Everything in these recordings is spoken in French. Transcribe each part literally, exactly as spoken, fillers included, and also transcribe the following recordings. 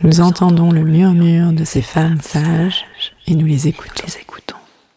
Nous entendons le murmure de ces femmes sages et nous les écoutons. Les écoutons.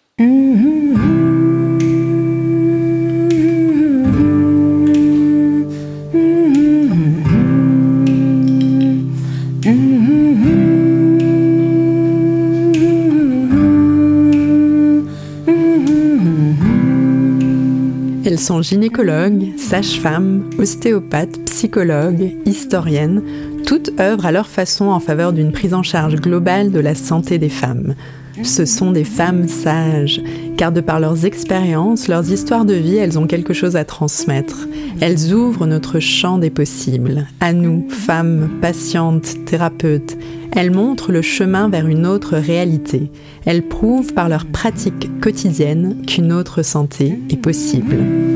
Elles sont gynécologues, sages-femmes, ostéopathes, psychologues, historiennes. Toutes œuvrent à leur façon en faveur d'une prise en charge globale de la santé des femmes. Ce sont des femmes sages, car de par leurs expériences, leurs histoires de vie, elles ont quelque chose à transmettre. Elles ouvrent notre champ des possibles. À nous, femmes, patientes, thérapeutes, elles montrent le chemin vers une autre réalité. Elles prouvent par leur pratique quotidienne qu'une autre santé est possible.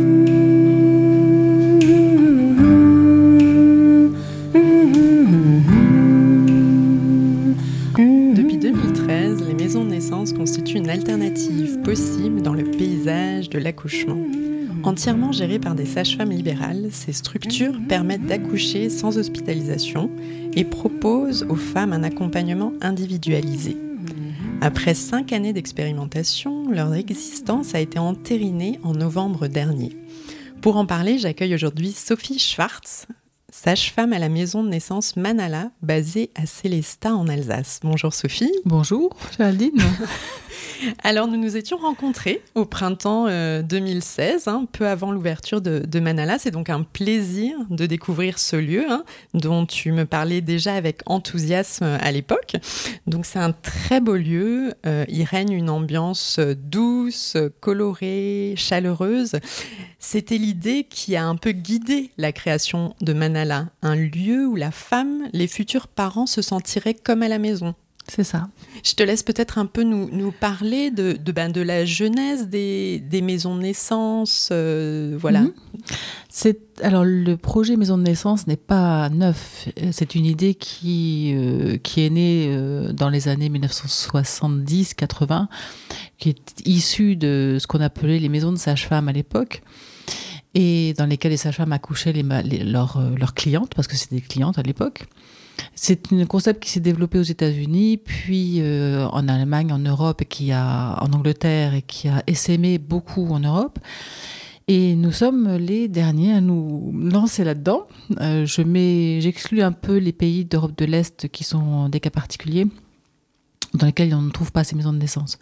Constitue une alternative possible dans le paysage de l'accouchement. Entièrement gérées par des sages-femmes libérales, ces structures permettent d'accoucher sans hospitalisation et proposent aux femmes un accompagnement individualisé. Après cinq années d'expérimentation, leur existence a été entérinée en novembre dernier. Pour en parler, j'accueille aujourd'hui Sophie Schwartz, sage-femme à la maison de naissance Manala, basée à Sélestat en Alsace. Bonjour Sophie. Bonjour Géraldine. Alors nous nous étions rencontrés au printemps euh, deux mille seize, hein, peu avant l'ouverture de, de Manala. C'est donc un plaisir de découvrir ce lieu, hein, dont tu me parlais déjà avec enthousiasme à l'époque. Donc c'est un très beau lieu, euh, il règne une ambiance douce, colorée, chaleureuse. C'était l'idée qui a un peu guidé la création de Manala, un lieu où la femme, les futurs parents se sentiraient comme à la maison. C'est ça. Je te laisse peut-être un peu nous, nous parler de, de, ben, de la genèse des, des maisons de naissance. Euh, voilà. Mmh. C'est, alors, le projet maison de naissance n'est pas neuf. C'est une idée qui, euh, qui est née euh, dans les années dix-neuf cent soixante-dix quatre-vingts, qui est issue de ce qu'on appelait les maisons de sages-femmes à l'époque, et dans lesquelles les sages-femmes accouchaient les, les, leurs, leurs clientes, parce que c'était des clientes à l'époque. C'est un concept qui s'est développé aux États-Unis, puis euh, en Allemagne, en Europe, et qui a, en Angleterre, et qui a essaimé beaucoup en Europe. Et nous sommes les derniers à nous lancer là-dedans. Euh, je mets, j'exclus un peu les pays d'Europe de l'Est qui sont des cas particuliers, dans lesquels on ne trouve pas ces maisons de naissance.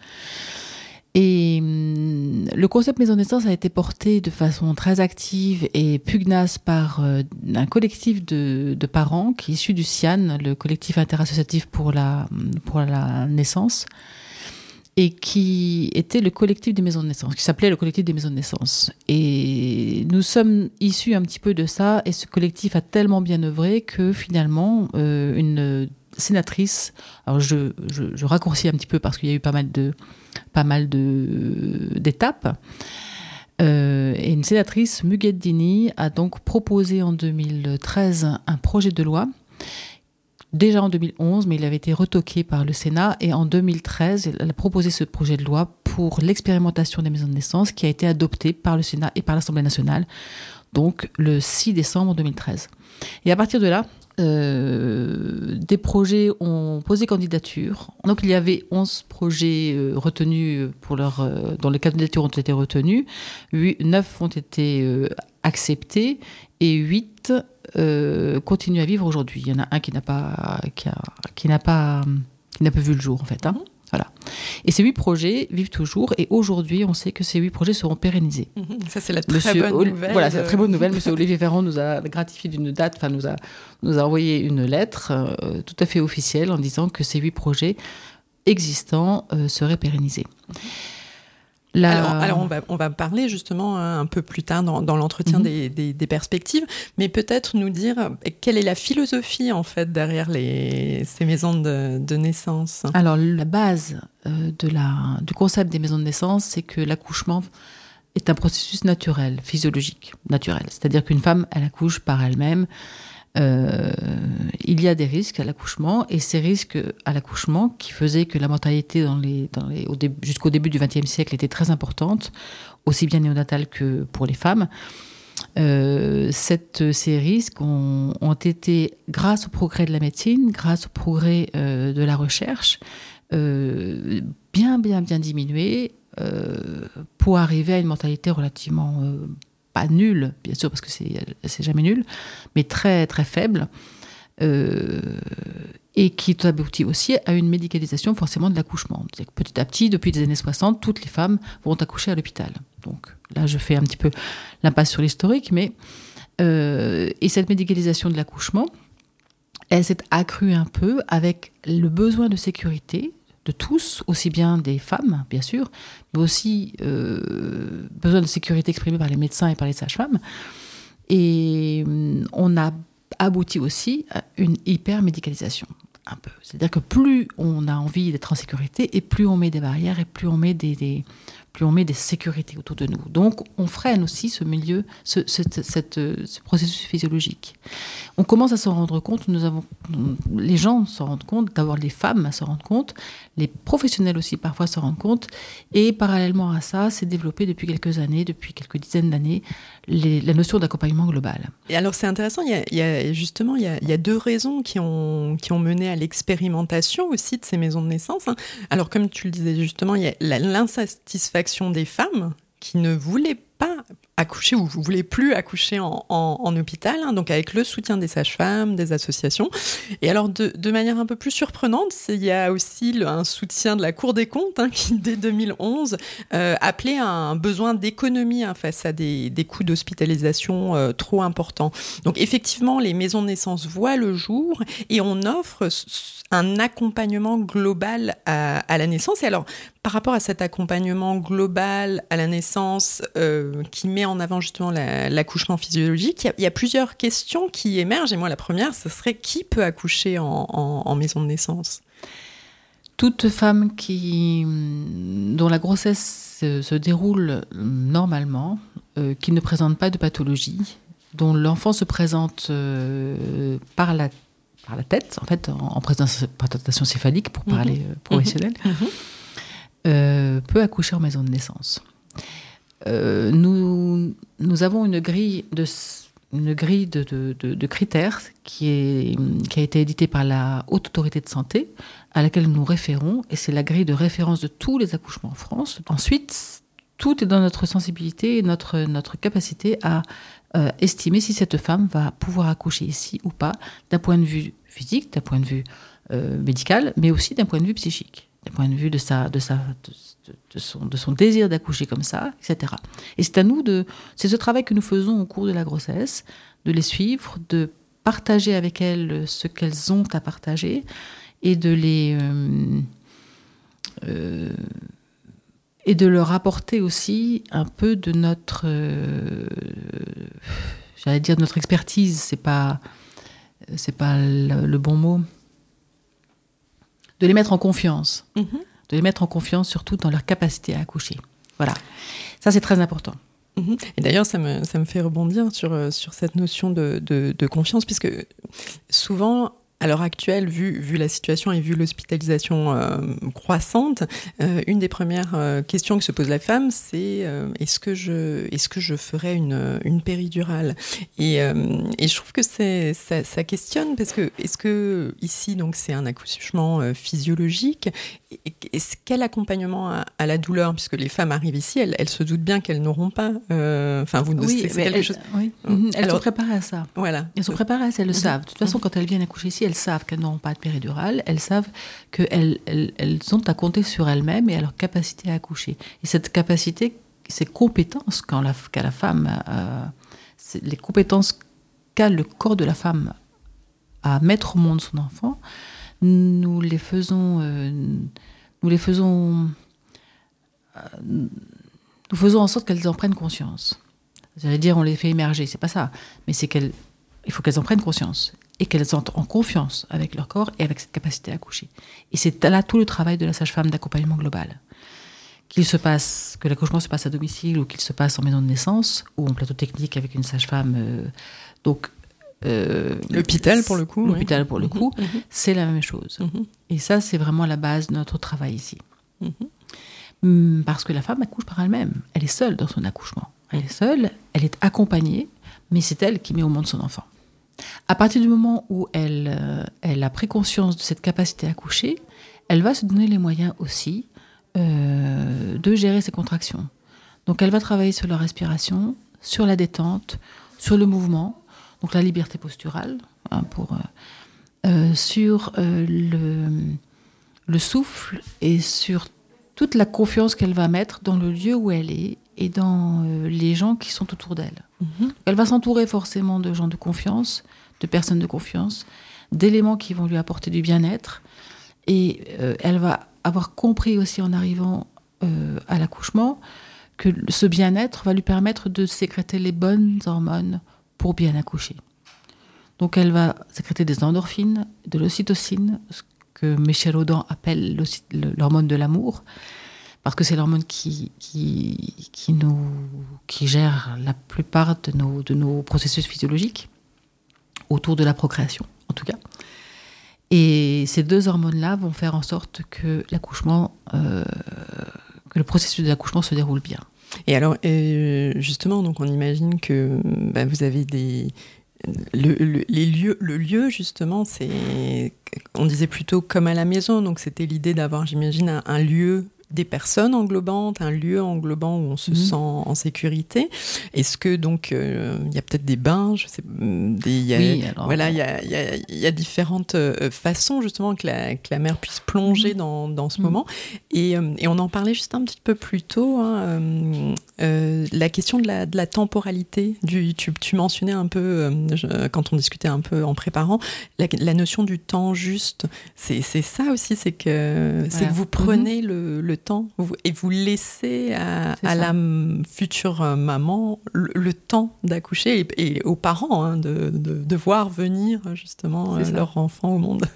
Et hum, le concept maison de naissance a été porté de façon très active et pugnace par euh, un collectif de, de parents qui est issu du C I A N, le collectif interassociatif pour la, pour la naissance, et qui était le collectif des maisons de naissance, qui s'appelait le collectif des maisons de naissance. Et nous sommes issus un petit peu de ça, et ce collectif a tellement bien œuvré que finalement, euh, une sénatrice, alors je, je, je raccourcis un petit peu parce qu'il y a eu pas mal de pas mal de, d'étapes. Euh, et une sénatrice, Muguette Dini, a donc proposé en deux mille treize un projet de loi, déjà en deux mille onze, mais il avait été retoqué par le Sénat. Et en deux mille treize, elle a proposé ce projet de loi pour l'expérimentation des maisons de naissance qui a été adopté par le Sénat et par l'Assemblée nationale, donc le six décembre deux mille treize. Et à partir de là, Euh, des projets ont posé candidature. Donc il y avait onze projets euh, retenus pour leur, euh, dont les candidatures ont été retenues. neuf ont été euh, acceptés et huit euh, continuent à vivre aujourd'hui. Il y en a un qui n'a pas, qui a, qui n'a pas, qui n'a pas vu le jour en fait. Hein. Voilà. Et ces huit projets vivent toujours, et aujourd'hui, on sait que ces huit projets seront pérennisés. Ça, c'est la très Monsieur, bonne nouvelle. Voilà, c'est la très bonne nouvelle. Monsieur Olivier Véran nous a gratifié d'une date, enfin, nous a, nous a envoyé une lettre euh, tout à fait officielle en disant que ces huit projets existants euh, seraient pérennisés. La... Alors, alors on, va, on va parler justement un peu plus tard dans, dans l'entretien mmh. des, des, des perspectives, mais peut-être nous dire quelle est la philosophie en fait derrière les, ces maisons de, de naissance. Alors la base euh, de la, du concept des maisons de naissance, c'est que l'accouchement est un processus naturel, physiologique, naturel. C'est-à-dire qu'une femme, elle accouche par elle-même. Euh, il y a des risques à l'accouchement, et ces risques à l'accouchement qui faisaient que la mortalité dans les, dans les, au début, jusqu'au début du vingtième siècle était très importante, aussi bien néonatale que pour les femmes, Euh, cette, ces risques ont, ont été, grâce au progrès de la médecine, grâce au progrès euh, de la recherche, euh, bien, bien, bien diminués euh, pour arriver à une mortalité relativement, euh, pas nulle, bien sûr, parce que c'est, c'est jamais nul, mais très, très faible. Euh, et qui aboutit aussi à une médicalisation forcément de l'accouchement. C'est-à-dire que petit à petit, depuis les années soixante, toutes les femmes vont accoucher à l'hôpital. Donc là, je fais un petit peu l'impasse sur l'historique, mais euh, et cette médicalisation de l'accouchement, elle s'est accrue un peu avec le besoin de sécurité de tous, aussi bien des femmes, bien sûr, mais aussi euh, besoin de sécurité exprimé par les médecins et par les sages-femmes. Et on a abouti aussi à une hypermédicalisation, un peu. C'est-à-dire que plus on a envie d'être en sécurité, et plus on met des barrières, et plus on met des, des, plus on met des sécurités autour de nous. Donc, on freine aussi ce milieu, ce, ce, cette, ce processus physiologique. On commence à s'en rendre compte, nous avons, les gens s'en rendent compte, d'abord les femmes s'en rendent compte, les professionnels aussi parfois s'en rendent compte, et parallèlement à ça, c'est développé depuis quelques années, depuis quelques dizaines d'années, les, la notion d'accompagnement global. Et alors c'est intéressant, il y a, il y a, justement il y, a, il y a deux raisons qui ont, qui ont mené à l'expérimentation aussi de ces maisons de naissance. Hein. Alors comme tu le disais justement, il y a la, l'insatisfaction des femmes qui ne voulaient pas accoucher ou vous voulez plus accoucher en, en, en hôpital, hein, donc avec le soutien des sages-femmes, des associations. Et alors, de, de manière un peu plus surprenante, il y a aussi le, un soutien de la Cour des comptes hein, qui, dès deux mille onze, euh, appelait à un besoin d'économie hein, face à des, des coûts d'hospitalisation euh, trop importants. Donc, effectivement, les maisons de naissance voient le jour et on offre un accompagnement global à, à la naissance. Et alors, par rapport à cet accompagnement global à la naissance euh, qui met en avant justement la, l'accouchement physiologique, il y, a, il y a plusieurs questions qui émergent. Et moi, la première, ce serait qui peut accoucher en, en, en maison de naissance ? Toute femme qui, dont la grossesse se, se déroule normalement, euh, qui ne présente pas de pathologie, dont l'enfant se présente euh, par la par la tête, en fait, en, en présentation céphalique, pour parler mmh. euh, professionnel, mmh. euh, peut accoucher en maison de naissance. Euh, nous, nous avons une grille de, une grille de, de, de, de critères qui, est, qui a été éditée par la Haute Autorité de Santé, à laquelle nous référons, et c'est la grille de référence de tous les accouchements en France. Ensuite, tout est dans notre sensibilité et notre, notre capacité à euh, estimer si cette femme va pouvoir accoucher ici ou pas, d'un point de vue physique, d'un point de vue euh, médical, mais aussi d'un point de vue psychique, d'un point de vue de, sa, de, sa, de, de, son, de son désir d'accoucher comme ça, et cetera. Et c'est à nous de... C'est ce travail que nous faisons au cours de la grossesse, de les suivre, de partager avec elles ce qu'elles ont à partager, et de les... Euh, euh, et de leur apporter aussi un peu de notre, euh, j'allais dire notre expertise, c'est pas, c'est pas le, le bon mot, de les mettre en confiance, mmh. de les mettre en confiance surtout dans leur capacité à accoucher. Voilà, ça c'est très important. Mmh. Et d'ailleurs, ça me, ça me fait rebondir sur, sur cette notion de, de, de confiance, puisque souvent, à l'heure actuelle, vu, vu la situation et vu l'hospitalisation euh, croissante, euh, une des premières euh, questions que se pose la femme, c'est euh, est-ce que je, est-ce que je ferais une, une péridurale ? Et, euh, et je trouve que c'est, ça, ça questionne, parce que est-ce que ici, donc, c'est un accouchement euh, physiologique ? Est-ce quel accompagnement à, à la douleur, puisque les femmes arrivent ici, elles, elles se doutent bien qu'elles n'auront pas. Euh, enfin, vous, oui, c'est, c'est quelque elles, chose. Oui. Mmh. Elles Alors, sont préparées à ça. Voilà. Elles sont préparées à ça. Elles le mmh. savent. De toute façon, mmh. quand elles viennent accoucher ici, elles savent qu'elles n'auront pas de péridurale. Elles savent qu'elles elles, elles sont à compter sur elles-mêmes et à leur capacité à accoucher. Et cette capacité, ces compétences qu'a la, qu'a la femme, euh, les compétences qu'a le corps de la femme à mettre au monde son enfant, nous les faisons. Euh, Nous les faisons, euh, nous faisons en sorte qu'elles en prennent conscience. J'allais dire, on les fait émerger, c'est pas ça. Mais c'est qu'elles, il faut qu'elles en prennent conscience et qu'elles entrent en confiance avec leur corps et avec cette capacité à accoucher. Et c'est là tout le travail de la sage-femme d'accompagnement global. Qu'il se passe, que l'accouchement se passe à domicile ou qu'il se passe en maison de naissance ou en plateau technique avec une sage-femme. Euh, donc, Euh, l'hôpital pour le coup l'hôpital oui. pour le coup mmh. c'est la même chose mmh. et ça c'est vraiment la base de notre travail ici mmh. parce que la femme accouche par elle-même, elle est seule dans son accouchement, elle est seule, elle est accompagnée mais c'est elle qui met au monde son enfant. À partir du moment où elle, euh, elle a pris conscience de cette capacité à accoucher, elle va se donner les moyens aussi euh, de gérer ses contractions. Donc elle va travailler sur la respiration, sur la détente, sur le mouvement, donc la liberté posturale, hein, pour, euh, euh, sur euh, le, le souffle et sur toute la confiance qu'elle va mettre dans le lieu où elle est et dans euh, les gens qui sont autour d'elle. Mm-hmm. Elle va s'entourer forcément de gens de confiance, de personnes de confiance, d'éléments qui vont lui apporter du bien-être. Et euh, elle va avoir compris aussi en arrivant euh, à l'accouchement que ce bien-être va lui permettre de sécréter les bonnes hormones pour bien accoucher. Donc elle va sécréter des endorphines, de l'ocytocine, ce que Michel Audin appelle l'hormone de l'amour, parce que c'est l'hormone qui, qui, qui, nous, qui gère la plupart de nos, de nos processus physiologiques, autour de la procréation en tout cas. Et ces deux hormones-là vont faire en sorte que l'accouchement, euh, que le processus de l'accouchement se déroule bien. Et alors, euh, justement, donc on imagine que bah, vous avez des... Le, le, les lieux, le lieu, justement, c'est... On disait plutôt comme à la maison, donc c'était l'idée d'avoir, j'imagine, un, un lieu... des personnes englobantes, un lieu englobant où on se mmh. sent en sécurité. Est-ce que donc il euh, y a peut-être des bains, je sais, des, y a, oui, alors, voilà, il y a, y, a, y a différentes euh, façons justement que la, que la mère puisse plonger mmh. dans, dans ce mmh. moment. Et, euh, et on en parlait juste un petit peu plus tôt. Hein, euh, euh, la question de la, de la temporalité. Du, tu, tu mentionnais un peu euh, je, quand on discutait un peu en préparant la, la notion du temps juste. C'est, c'est ça aussi, c'est que voilà. c'est que vous prenez mmh. le, le temps et vous laissez à, à la future maman le, le temps d'accoucher et, et aux parents hein, de, de, de voir venir justement euh, leur enfant au monde.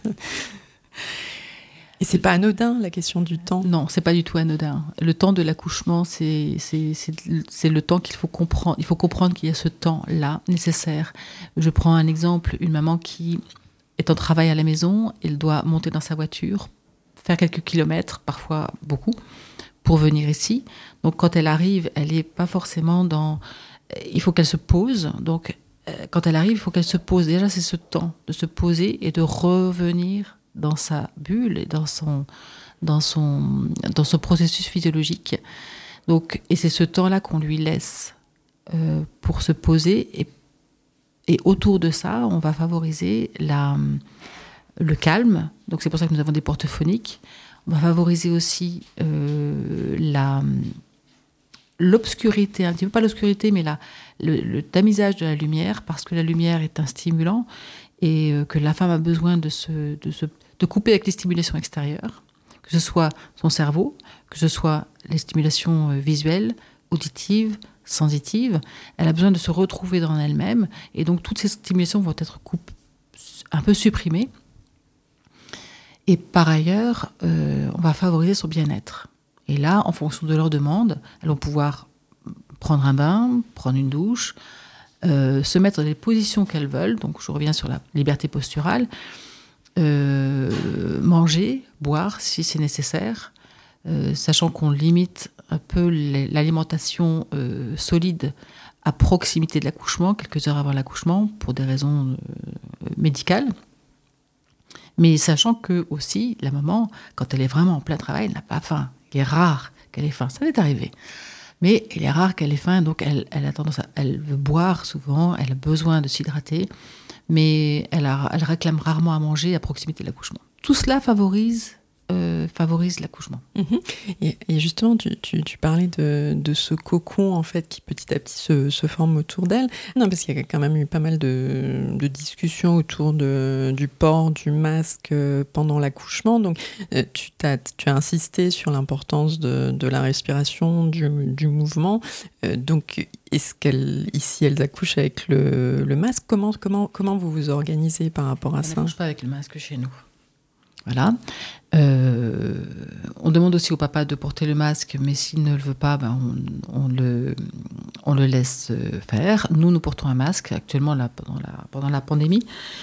Et c'est pas anodin la question du temps. Non, c'est pas du tout anodin. Le temps de l'accouchement, c'est, c'est, c'est, c'est le temps qu'il faut comprendre. Il faut comprendre qu'il y a ce temps-là nécessaire. Je prends un exemple, une maman qui est en travail à la maison, elle doit monter dans sa voiture, faire quelques kilomètres, parfois beaucoup, pour venir ici. Donc quand elle arrive, elle n'est pas forcément dans... Il faut qu'elle se pose. Donc quand elle arrive, il faut qu'elle se pose. Déjà, c'est ce temps de se poser et de revenir dans sa bulle et dans son, dans son, dans son processus physiologique. Donc, et c'est ce temps-là qu'on lui laisse euh, pour se poser. Et, et autour de ça, on va favoriser la... le calme, donc c'est pour ça que nous avons des portes phoniques. On va favoriser aussi euh, la, l'obscurité, un petit peu pas l'obscurité, mais la, le, le tamisage de la lumière, parce que la lumière est un stimulant et euh, que la femme a besoin de, se, de, se, de couper avec les stimulations extérieures, que ce soit son cerveau, que ce soit les stimulations visuelles, auditives, sensitives. Elle a besoin de se retrouver dans elle-même et donc toutes ces stimulations vont être coupées, un peu supprimées. Et par ailleurs, euh, on va favoriser son bien-être. Et là, en fonction de leurs demandes, elles vont pouvoir prendre un bain, prendre une douche, euh, se mettre dans les positions qu'elles veulent. Donc, je reviens sur la liberté posturale. Euh, manger, boire, si c'est nécessaire, euh, sachant qu'on limite un peu l'alimentation euh, solide à proximité de l'accouchement, quelques heures avant l'accouchement, pour des raisons euh, médicales. Mais sachant que aussi, la maman, quand elle est vraiment en plein travail, elle n'a pas faim. Il est rare qu'elle ait faim. Ça m'est arrivé. Mais il est rare qu'elle ait faim, donc elle, elle a tendance à, elle veut boire souvent, elle a besoin de s'hydrater, mais elle, a, elle réclame rarement à manger à proximité de l'accouchement. Tout cela favorise, euh, favorise l'accouchement. Mmh. Et, et justement, tu, tu, tu parlais de, de ce cocon en fait qui petit à petit se, se forme autour d'elle. Non, parce qu'il y a quand même eu pas mal de, de discussions autour de, du port du masque pendant l'accouchement. Donc, euh, tu, t'as, tu as insisté sur l'importance de, de la respiration, du, du mouvement. Euh, donc, est-ce qu'elle, ici, elles accouchent avec le, le masque ? Comment, comment, comment vous vous organisez par rapport à On ça ? On n'accouche pas avec le masque chez nous. Voilà. Euh, on demande aussi au papa de porter le masque, mais s'il ne le veut pas, ben on, on, le, on le laisse faire. Nous, nous portons un masque actuellement là, pendant, la, pendant la pandémie.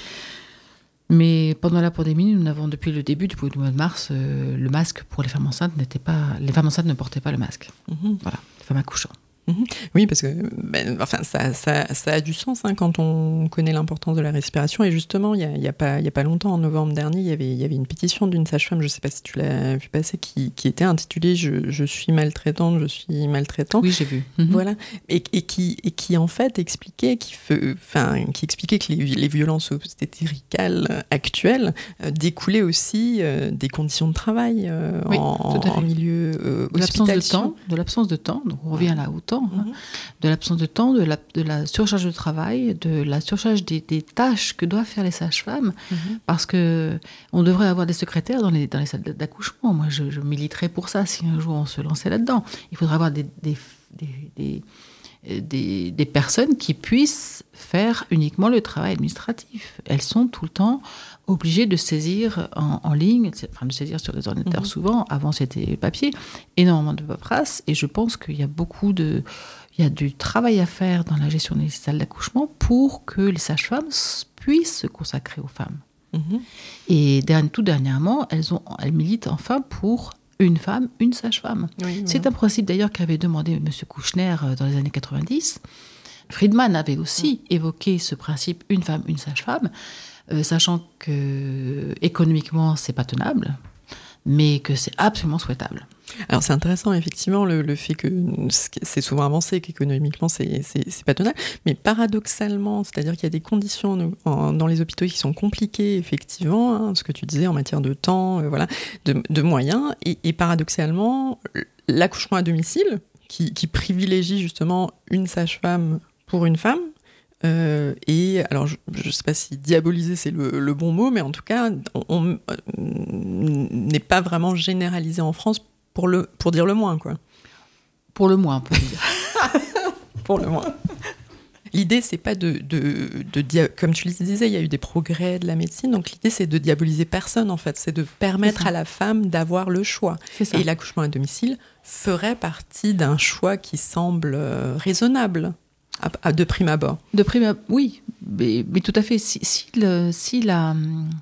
Mais pendant la pandémie, nous n'avons depuis le début du mois de mars, euh, le masque pour les femmes enceintes n'était pas... Les femmes enceintes ne portaient pas le masque. Mmh. Voilà, les femmes accouchant. Mmh. Oui, parce que ben, enfin, ça, ça, ça a du sens hein, quand on connaît l'importance de la respiration. Et justement, il n'y a, a, a pas longtemps, en novembre dernier, il y avait, il y avait une pétition d'une sage-femme, je ne sais pas si tu l'as vu passer, qui, qui était intitulée je, « Je suis maltraitante, je suis maltraitant ». Oui, j'ai vu. Mmh. Voilà. Et, et, qui, et qui, en fait, expliquait, qui, enfin, qui expliquait que les, les violences obstétricales actuelles euh, découlaient aussi euh, des conditions de travail euh, oui, en, en milieu euh, hospitalier. De l'absence de temps, de l'absence de temps, donc on revient là au temps. Hein, mm-hmm. De l'absence de temps, de la, de la surcharge de travail, de la surcharge des, des tâches que doivent faire les sages-femmes, mm-hmm. parce que on devrait avoir des secrétaires dans les, dans les salles d'accouchement. Moi, je, je militerais pour ça si un jour on se lançait là-dedans. Il faudrait avoir des, des, des, des, des, des personnes qui puissent faire uniquement le travail administratif. Elles sont tout le temps obligées de saisir en, en ligne, enfin de saisir sur des ordinateurs mmh. souvent, avant c'était papier, énormément de paperasse, et je pense qu'il y a beaucoup de... Il y a du travail à faire dans la gestion des salles d'accouchement pour que les sages-femmes puissent se consacrer aux femmes. Mmh. Et dernier, tout dernièrement, elles, ont, elles militent enfin pour une femme, une sage-femme. Oui, c'est oui. un principe d'ailleurs qu'avait demandé M. Kouchner dans les années quatre-vingt-dix. Friedman avait aussi mmh. évoqué ce principe une femme, une sage-femme, euh, sachant que économiquement c'est pas tenable, mais que c'est absolument souhaitable. Alors c'est intéressant effectivement le, le fait que c'est souvent avancé qu'économiquement c'est, c'est, c'est pas tenable, mais paradoxalement, c'est-à-dire qu'il y a des conditions en, dans les hôpitaux qui sont compliquées effectivement, hein, ce que tu disais en matière de temps, euh, voilà, de, de moyens, et, et paradoxalement l'accouchement à domicile qui, qui privilégie justement une sage-femme pour une femme. Euh, et alors je ne sais pas si diaboliser c'est le, le bon mot, mais en tout cas on, on euh, n'est pas vraiment généralisé en France pour, le, pour dire le moins quoi. Pour le moins, pour dire. Pour le moins. L'idée c'est pas de, de, de, de comme tu le disais, il y a eu des progrès de la médecine, donc l'idée c'est de diaboliser personne en fait, c'est de permettre c'est à la femme d'avoir le choix. Et l'accouchement à domicile ferait partie d'un choix qui semble euh, raisonnable. De prime abord. De prime abord, oui, mais, mais tout à fait. Si, si, le, si, la,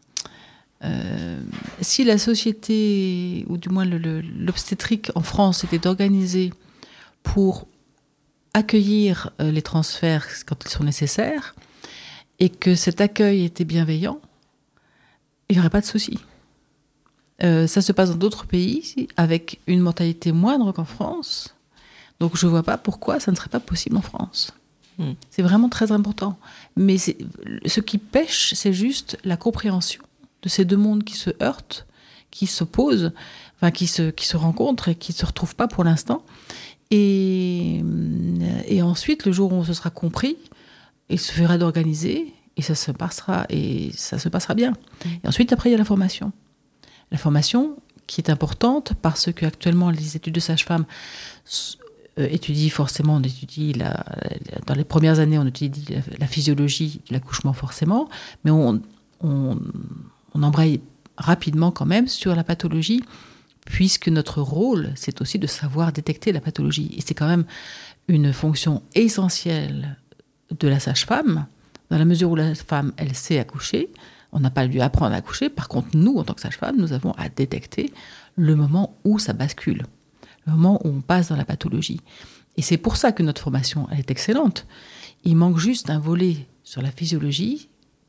euh, si la société, ou du moins le, le, l'obstétrique en France était organisée pour accueillir les transferts quand ils sont nécessaires, et que cet accueil était bienveillant, il n'y aurait pas de souci. Euh, ça se passe dans d'autres pays, avec une mortalité moindre qu'en France. Donc je ne vois pas pourquoi ça ne serait pas possible en France. Mmh. C'est vraiment très important. Mais c'est, ce qui pêche, c'est juste la compréhension de ces deux mondes qui se heurtent, qui s'opposent, enfin qui se, qui se rencontrent et qui ne se retrouvent pas pour l'instant. Et, et ensuite, le jour où on se sera compris, il se fera d'organiser et ça se passera, et ça se passera bien. Mmh. Et ensuite, après, il y a la formation. La formation qui est importante parce qu'actuellement, les études de sage-femme Euh, étudie forcément, on étudie la, la, dans les premières années, on étudie la, la physiologie de l'accouchement forcément, mais on, on, on embraye rapidement quand même sur la pathologie, puisque notre rôle, c'est aussi de savoir détecter la pathologie. Et c'est quand même une fonction essentielle de la sage-femme, dans la mesure où la femme, elle sait accoucher, on n'a pas dû apprendre à accoucher, par contre, nous, en tant que sage-femme, nous avons à détecter le moment où ça bascule. Le moment où on passe dans la pathologie. Et c'est pour ça que notre formation, elle est excellente. Il manque juste un volet sur la physiologie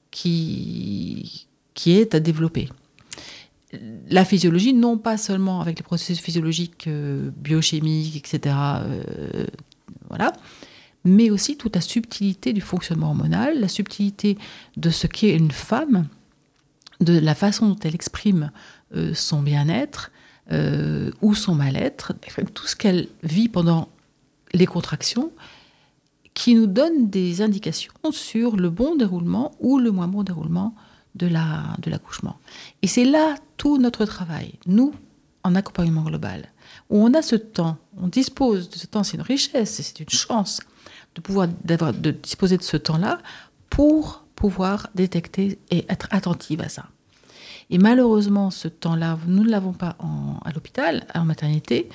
qui, qui est à développer. La physiologie, non pas seulement avec les processus physiologiques, euh, biochimiques, et cetera, euh, voilà, mais aussi toute la subtilité du fonctionnement hormonal, la subtilité de ce qu'est une femme, de la façon dont elle exprime euh, son bien-être, Euh, ou son mal-être, tout ce qu'elle vit pendant les contractions, qui nous donne des indications sur le bon déroulement ou le moins bon déroulement de, la, de l'accouchement. Et c'est là tout notre travail, nous, en accompagnement global, où on a ce temps, on dispose de ce temps, c'est une richesse, c'est une chance de pouvoir d'avoir, de disposer de ce temps-là pour pouvoir détecter et être attentive à ça. Et malheureusement, ce temps-là, nous ne l'avons pas en, à l'hôpital, en maternité.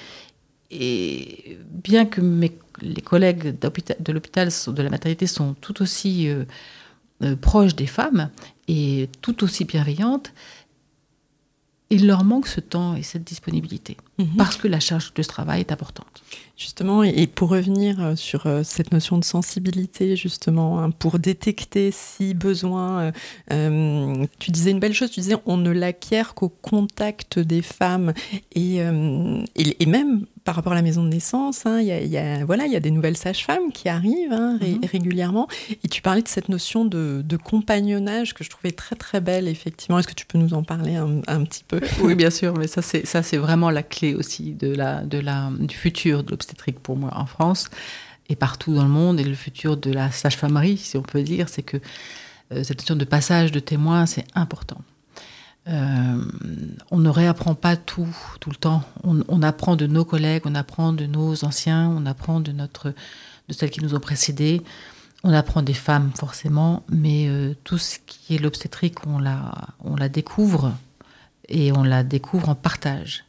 Et bien que mes, les collègues de l'hôpital, de la maternité, sont tout aussi euh, euh, proches des femmes et tout aussi bienveillantes, il leur manque ce temps et cette disponibilité, mmh. parce que la charge de ce travail est importante. Justement, et pour revenir sur cette notion de sensibilité, justement, hein, pour détecter si besoin, euh, tu disais une belle chose, tu disais on ne l'acquiert qu'au contact des femmes, et, euh, et, et même par rapport à la maison de naissance, il hein, y, y, a, voilà, y a des nouvelles sages-femmes qui arrivent hein, ré, mmh. régulièrement, et tu parlais de cette notion de, de compagnonnage que je trouvais très très belle, effectivement. Est-ce que tu peux nous en parler un, un petit peu ? Oui, bien sûr, mais ça c'est, ça, c'est vraiment la clé aussi de la, de la, du futur de l'obstétrique pour moi en France et partout dans le monde, et le futur de la sage-femmerie, si on peut dire, c'est que euh, cette notion de passage de témoin, c'est important. Euh, on ne réapprend pas tout, tout le temps. On, on apprend de nos collègues, on apprend de nos anciens, on apprend de, notre, de celles qui nous ont précédés, on apprend des femmes forcément, mais euh, tout ce qui est l'obstétrique, on la, on la découvre, et on la découvre en partage.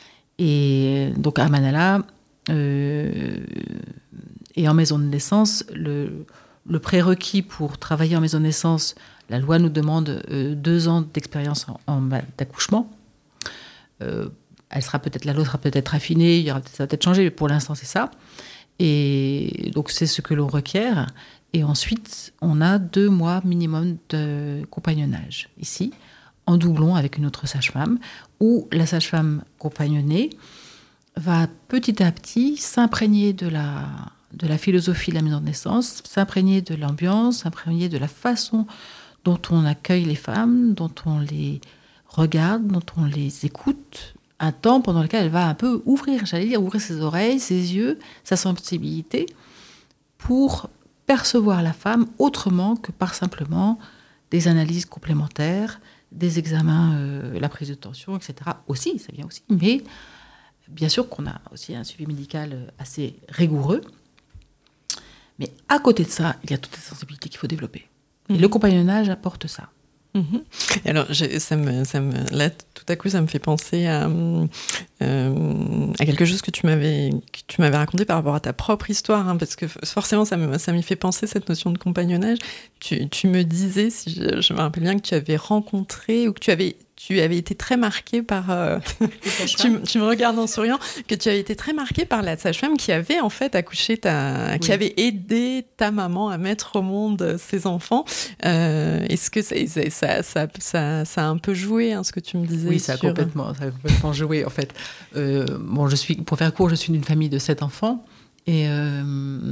Et donc à Manala, Euh, et en maison de naissance, le, le prérequis pour travailler en maison de naissance, la loi nous demande euh, deux ans d'expérience en, en d'accouchement. Euh, elle sera peut-être, la loi sera peut-être affinée, il y aura, ça va peut-être changer, mais pour l'instant c'est ça. Et donc c'est ce que l'on requiert. Et ensuite, on a deux mois minimum de compagnonnage ici, en doublon avec une autre sage-femme, où la sage-femme compagnonnée va petit à petit s'imprégner de la, de la philosophie de la maison de naissance, s'imprégner de l'ambiance, s'imprégner de la façon dont on accueille les femmes, dont on les regarde, dont on les écoute. Un temps pendant lequel elle va un peu ouvrir, j'allais dire, ouvrir ses oreilles, ses yeux, sa sensibilité, pour percevoir la femme autrement que par simplement des analyses complémentaires, des examens, euh, la prise de tension, et cetera. Aussi, ça vient aussi, mais bien sûr qu'on a aussi un suivi médical assez rigoureux, mais à côté de ça, il y a toutes les sensibilités qu'il faut développer. Et mmh. le compagnonnage apporte ça. Mmh. Alors, je, ça me, ça me, là, tout à coup, ça me fait penser à, euh, à quelque chose que tu m'avais, que tu m'avais raconté par rapport à ta propre histoire, hein, parce que forcément, ça, me, ça m'y fait penser, cette notion de compagnonnage. Tu, tu me disais, si je, je me rappelle bien, que tu avais rencontré, ou que tu avais... Tu avais été très marquée par... Euh, tu, tu me regardes en souriant, que tu avais été très marquée par la sage-femme qui avait en fait accouché ta... Oui. Qui avait aidé ta maman à mettre au monde ses enfants. Euh, est-ce que ça, ça, ça, ça, ça a un peu joué, hein, ce que tu me disais? Oui, ça a, sur... complètement, ça a complètement joué, en fait. Euh, bon, je suis, pour faire court, je suis d'une famille de sept enfants. Et... Euh,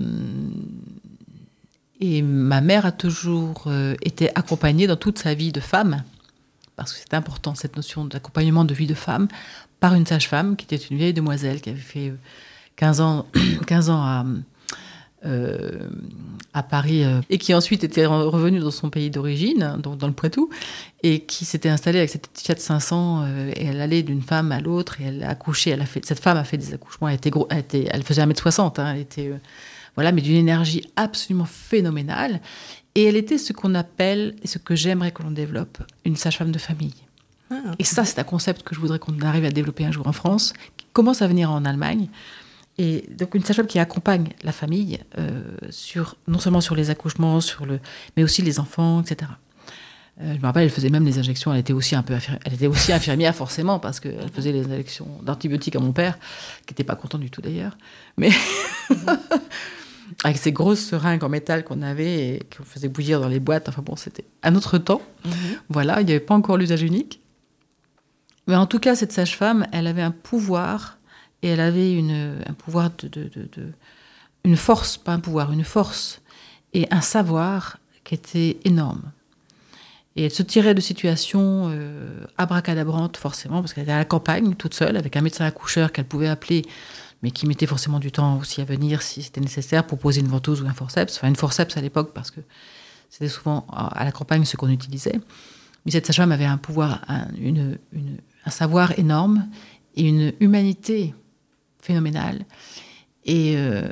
et ma mère a toujours euh, été accompagnée dans toute sa vie de femme, parce que c'est important, cette notion d'accompagnement de vie de femme, par une sage-femme qui était une vieille demoiselle qui avait fait quinze ans, quinze ans à, euh, à Paris, euh, et qui ensuite était revenue dans son pays d'origine, donc dans le Poitou, et qui s'était installée avec cette Fiat cinq cents, euh, et elle allait d'une femme à l'autre, et elle a accouché, elle a fait, cette femme a fait des accouchements, elle, était gros, elle, était, elle faisait un mètre soixante, hein, elle était, euh, voilà, mais d'une énergie absolument phénoménale. Et elle était ce qu'on appelle, et ce que j'aimerais que l'on développe, une sage-femme de famille. Ah, okay. Et ça, c'est un concept que je voudrais qu'on arrive à développer un jour en France, qui commence à venir en Allemagne. Et donc une sage-femme qui accompagne la famille, euh, sur, non seulement sur les accouchements, sur le, mais aussi les enfants, et cetera. Euh, je me rappelle, elle faisait même les injections, elle était aussi, un peu infirmière, elle était aussi infirmière forcément, parce qu'elle faisait les injections d'antibiotiques à mon père, qui n'était pas content du tout d'ailleurs. Mais... avec ces grosses seringues en métal qu'on avait et qu'on faisait bouillir dans les boîtes. Enfin bon, c'était un autre temps. Mmh. Voilà, il n'y avait pas encore l'usage unique. Mais en tout cas, cette sage-femme, elle avait un pouvoir, et elle avait une, un pouvoir de, de, de, de... une force, pas un pouvoir, une force, et un savoir qui était énorme. Et elle se tirait de situations euh, abracadabrantes, forcément, parce qu'elle était à la campagne, toute seule, avec un médecin accoucheur qu'elle pouvait appeler, mais qui mettait forcément du temps aussi à venir si c'était nécessaire pour poser une ventouse ou un forceps. Enfin, une forceps à l'époque, parce que c'était souvent à la campagne ce qu'on utilisait. Mais cette sage-femme avait un pouvoir, un, une, une, un savoir énorme et une humanité phénoménale, et euh,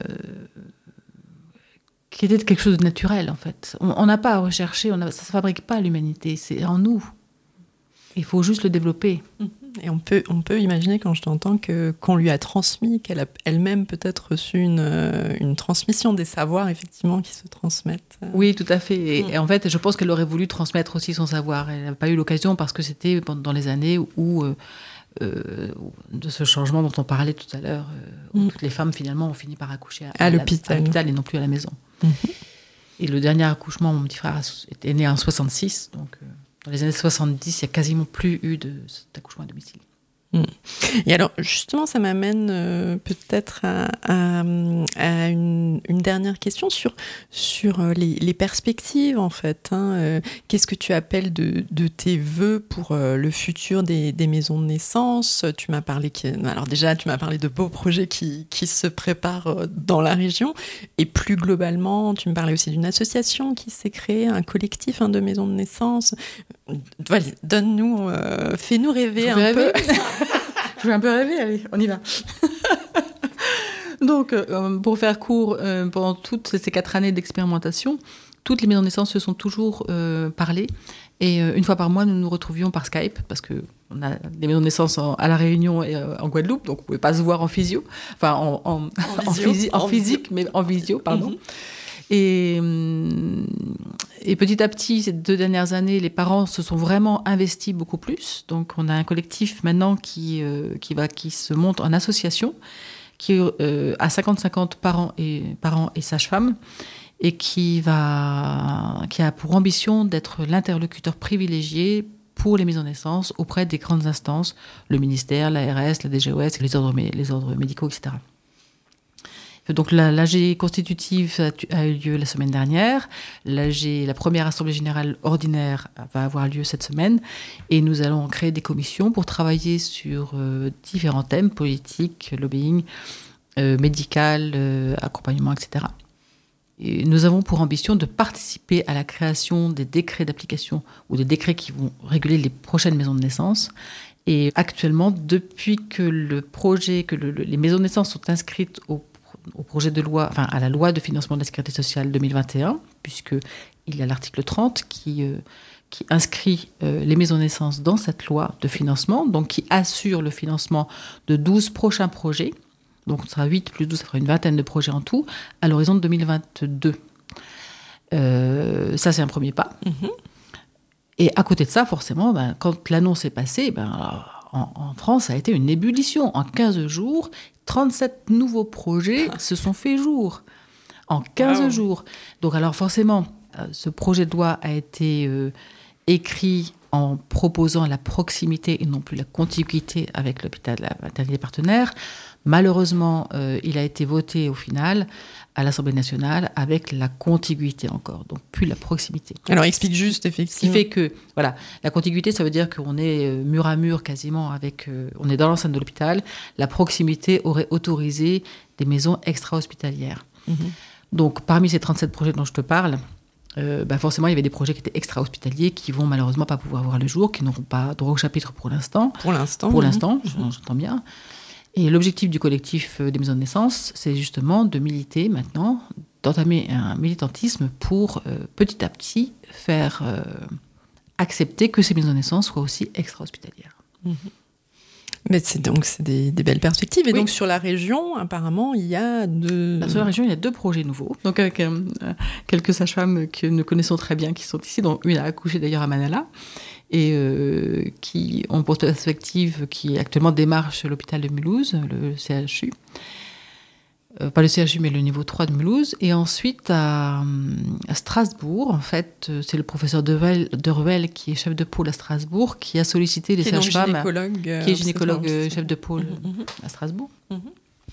qui était quelque chose de naturel, en fait. On n'a pas à rechercher, on a, ça ne se fabrique pas, l'humanité, c'est en nous. Il faut juste le développer. Et on peut, on peut imaginer, quand je t'entends, que, qu'on lui a transmis, qu'elle a elle-même peut-être reçu une, une transmission des savoirs, effectivement, qui se transmettent. Oui, tout à fait. Et, mmh. et en fait, je pense qu'elle aurait voulu transmettre aussi son savoir. Elle n'a pas eu l'occasion parce que c'était dans les années où, euh, euh, de ce changement dont on parlait tout à l'heure, euh, où mmh. toutes les femmes, finalement, ont fini par accoucher à, à, à, l'hôpital. à l'hôpital et non plus à la maison. Mmh. Et le dernier accouchement, mon petit frère est né en soixante-six, donc... Euh, dans les années soixante-dix, il n'y a quasiment plus eu de, d'accouchement à domicile. Mmh. Et alors, justement, ça m'amène euh, peut-être à, à, à une, une dernière question sur, sur les, les perspectives, en fait. Hein. Euh, qu'est-ce que tu appelles de, de tes vœux pour euh, le futur des, des maisons de naissance ? Tu m'as parlé, qui, alors déjà, tu m'as parlé de beaux projets qui, qui se préparent dans la région. Et plus globalement, tu me parlais aussi d'une association qui s'est créée, un collectif hein, de maisons de naissance. Voilà, donne-nous, euh, fais-nous rêver un rêver. peu. Je vais un peu rêver, allez, on y va. Donc, euh, pour faire court, euh, pendant toutes ces quatre années d'expérimentation, toutes les maisons de naissance se sont toujours euh, parlées. Et euh, une fois par mois, nous nous retrouvions par Skype, parce qu'on a des maisons de naissance en, à La Réunion et euh, en Guadeloupe, donc on ne pouvait pas se voir en physio, enfin en, en, en, en, physio, en, en physique, mais en visio, pardon. Mm-hmm. Et, et petit à petit, ces deux dernières années, les parents se sont vraiment investis beaucoup plus. Donc, on a un collectif maintenant qui, euh, qui, va, qui se monte en association, qui euh, a cinquante cinquante parents et, parents et sages-femmes, et qui, va, qui a pour ambition d'être l'interlocuteur privilégié pour les mises en naissance auprès des grandes instances, le ministère, l'A R S, la D G O S, les ordres, les ordres médicaux, et cetera. Donc l'A G constitutive a eu lieu la semaine dernière. L'A G, la première assemblée générale ordinaire va avoir lieu cette semaine. Et nous allons créer des commissions pour travailler sur euh, différents thèmes, politique, lobbying, euh, médical, euh, accompagnement, et cetera. Et nous avons pour ambition de participer à la création des décrets d'application ou des décrets qui vont réguler les prochaines maisons de naissance. Et actuellement, depuis que le projet, que le, le, les maisons de naissance sont inscrites au au projet de loi, enfin à la loi de financement de la sécurité sociale deux mille vingt et un, puisqu'il y a l'article trente qui, euh, qui inscrit euh, les maisons de naissance dans cette loi de financement, donc qui assure le financement de douze prochains projets. Donc ce sera huit plus douze, ça fera une vingtaine de projets en tout, à l'horizon de deux mille vingt-deux. Euh, ça, c'est un premier pas. Mm-hmm. Et à côté de ça, forcément, ben, quand l'annonce est passée, ben, alors, en, en France, ça a été une ébullition. En quinze jours, trente-sept nouveaux projets se sont faits jour. En quinze wow. jours. Donc alors forcément, euh, ce projet de loi a été euh, écrit en proposant la proximité et non plus la contiguïté avec l'hôpital de la maternité partenaire. Malheureusement, euh, il a été voté au final à l'Assemblée nationale avec la contiguïté encore, donc plus la proximité. Alors explique juste, effectivement. Ce qui fait que, voilà, la contiguïté, ça veut dire qu'on est euh, mur à mur quasiment avec, euh, on est dans l'enceinte de l'hôpital. La proximité aurait autorisé des maisons extra-hospitalières. Mm-hmm. Donc parmi ces trente-sept projets dont je te parle, euh, bah forcément il y avait des projets qui étaient extra-hospitaliers qui vont malheureusement pas pouvoir voir le jour, qui n'auront pas droit au chapitre pour l'instant. Pour l'instant. Pour l'instant, mm-hmm. j'entends bien. Et l'objectif du collectif des maisons de naissance, c'est justement de militer maintenant, d'entamer un militantisme pour euh, petit à petit faire euh, accepter que ces maisons de naissance soient aussi extra-hospitalières. Mmh. Mais c'est donc c'est des, des belles perspectives. Et oui. Donc sur la région, apparemment, il y a deux... Sur la région, il y a deux projets nouveaux. Donc avec euh, quelques sages-femmes que nous connaissons très bien qui sont ici, dont une a accouché d'ailleurs à Manala, et euh, qui ont pour perspective, qui actuellement démarre chez l'hôpital de Mulhouse, le C H U. Euh, pas le C H U, mais le niveau trois de Mulhouse. Et ensuite, à, à Strasbourg, en fait, c'est le professeur Deruel, Deruel, qui est chef de pôle à Strasbourg, qui a sollicité les sages-femmes... Gynécologue, euh, qui est gynécologue euh, chef de pôle mm-hmm. à Strasbourg. Mm-hmm.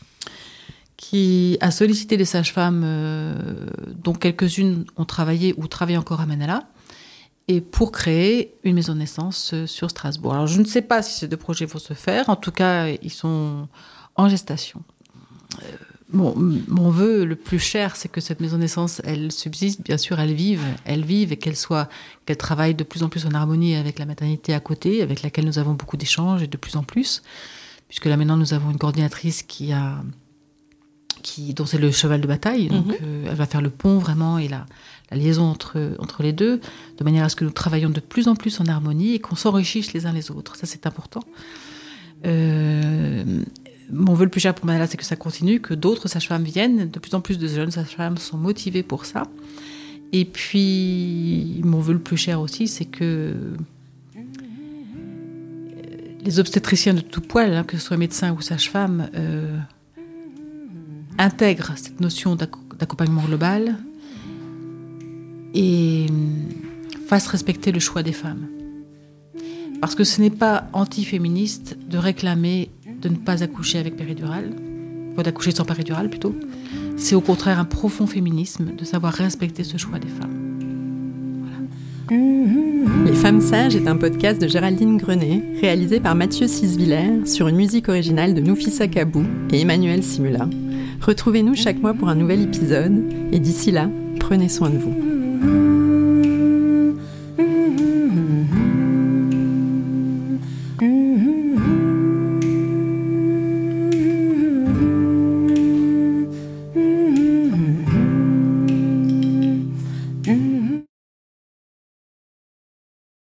Qui a sollicité les sages-femmes, euh, dont quelques-unes ont travaillé ou travaillent encore à Manala, et pour créer une maison de naissance sur Strasbourg. Alors, je ne sais pas si ces deux projets vont se faire. En tout cas, ils sont en gestation. Euh, bon, mon vœu le plus cher, c'est que cette maison de naissance, elle subsiste, bien sûr, elle vive, elle vive et qu'elle soit, qu'elle travaille de plus en plus en harmonie avec la maternité à côté, avec laquelle nous avons beaucoup d'échanges et de plus en plus, puisque là maintenant, nous avons une coordinatrice qui a... Qui, dont c'est le cheval de bataille, donc mm-hmm. euh, elle va faire le pont vraiment et la, la liaison entre, entre les deux, de manière à ce que nous travaillions de plus en plus en harmonie et qu'on s'enrichisse les uns les autres. Ça, c'est important. Euh, mon vœu le plus cher pour Manala, c'est que ça continue, que d'autres sages-femmes viennent. De plus en plus de jeunes sages-femmes sont motivées pour ça. Et puis, mon vœu le plus cher aussi, c'est que les obstétriciens de tout poil, hein, que ce soit médecins ou sages-femmes, euh, intègrent cette notion d'accompagnement global et fassent respecter le choix des femmes. Parce que ce n'est pas anti-féministe de réclamer de ne pas accoucher avec péridurale, ou d'accoucher sans péridurale plutôt. C'est au contraire un profond féminisme de savoir respecter ce choix des femmes. Voilà. Les Femmes Sages est un podcast de Géraldine Grenet, réalisé par Mathieu Sisviller sur une musique originale de Noufissa Kabou et Emmanuel Simula. Retrouvez-nous chaque mois pour un nouvel épisode, et d'ici là, prenez soin de vous.